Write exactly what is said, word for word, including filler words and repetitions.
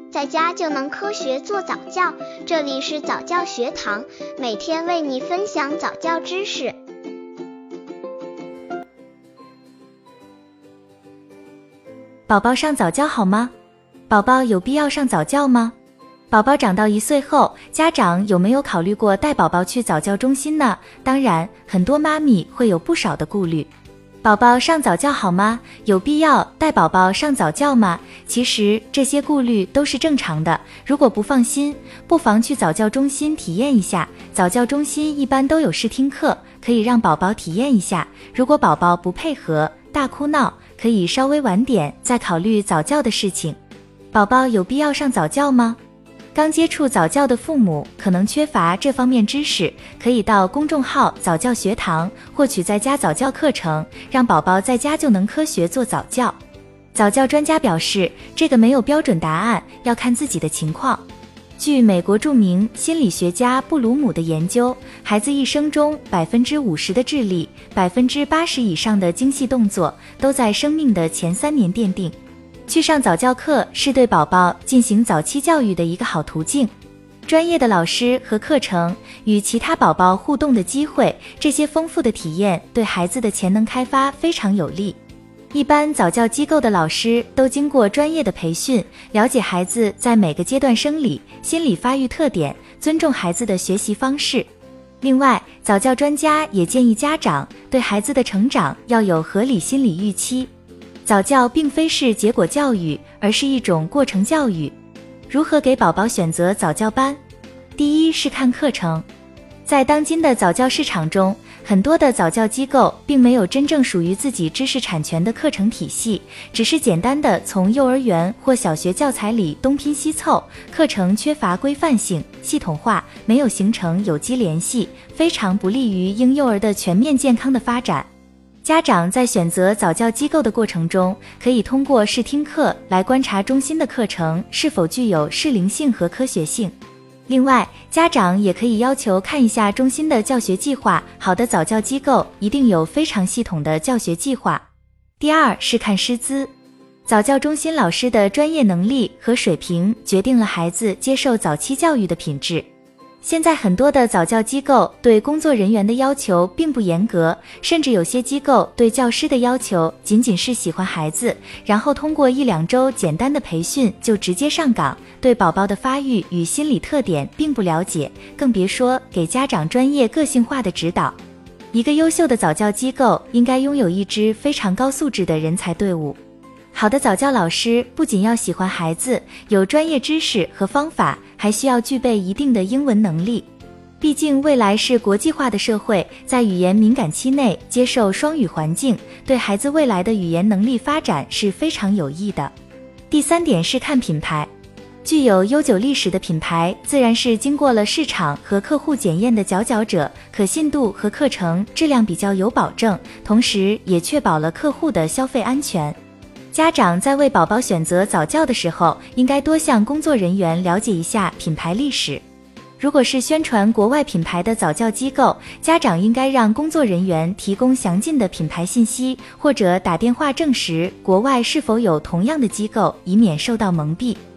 在家就能科学做早教。这里是早教学堂，每天为你分享早教知识。 宝宝上早教好吗？宝宝有必要上早教吗？宝宝长到一岁后，家长有没有考虑过带宝宝去早教中心呢？当然，很多妈咪会有不少的顾虑。宝宝上早教好吗？有必要带宝宝上早教吗？其实这些顾虑都是正常的，如果不放心，不妨去早教中心体验一下。早教中心一般都有试听课，可以让宝宝体验一下。如果宝宝不配合，大哭闹，可以稍微晚点再考虑早教的事情。宝宝有必要上早教吗？刚接触早教的父母可能缺乏这方面知识，可以到公众号早教学堂获取在家早教课程，让宝宝在家就能科学做早教。早教专家表示，这个没有标准答案，要看自己的情况。据美国著名心理学家布鲁姆的研究，孩子一生中 百分之五十 的智力， 百分之八十 以上的精细动作都在生命的前三年奠定。去上早教课是对宝宝进行早期教育的一个好途径。专业的老师和课程，与其他宝宝互动的机会，这些丰富的体验对孩子的潜能开发非常有利。一般早教机构的老师都经过专业的培训，了解孩子在每个阶段生理、心理发育特点，尊重孩子的学习方式。另外，早教专家也建议家长对孩子的成长要有合理心理预期。早教并非是结果教育，而是一种过程教育。如何给宝宝选择早教班？第一是看课程。在当今的早教市场中，很多的早教机构并没有真正属于自己知识产权的课程体系，只是简单的从幼儿园或小学教材里东拼西凑，课程缺乏规范性、系统化，没有形成有机联系，非常不利于婴幼儿的全面健康的发展。家长在选择早教机构的过程中，可以通过试听课来观察中心的课程是否具有适龄性和科学性。另外，家长也可以要求看一下中心的教学计划，好的早教机构一定有非常系统的教学计划。第二是看师资。早教中心老师的专业能力和水平决定了孩子接受早期教育的品质。现在很多的早教机构对工作人员的要求并不严格，甚至有些机构对教师的要求仅仅是喜欢孩子，然后通过一两周简单的培训就直接上岗，对宝宝的发育与心理特点并不了解，更别说给家长专业个性化的指导。一个优秀的早教机构应该拥有一支非常高素质的人才队伍。好的早教老师不仅要喜欢孩子，有专业知识和方法，还需要具备一定的英文能力。毕竟未来是国际化的社会，在语言敏感期内接受双语环境，对孩子未来的语言能力发展是非常有益的。第三点是看品牌。具有悠久历史的品牌，自然是经过了市场和客户检验的佼佼者，可信度和课程质量比较有保证，同时也确保了客户的消费安全。家长在为宝宝选择早教的时候，应该多向工作人员了解一下品牌历史。如果是宣传国外品牌的早教机构，家长应该让工作人员提供详尽的品牌信息，或者打电话证实国外是否有同样的机构，以免受到蒙蔽。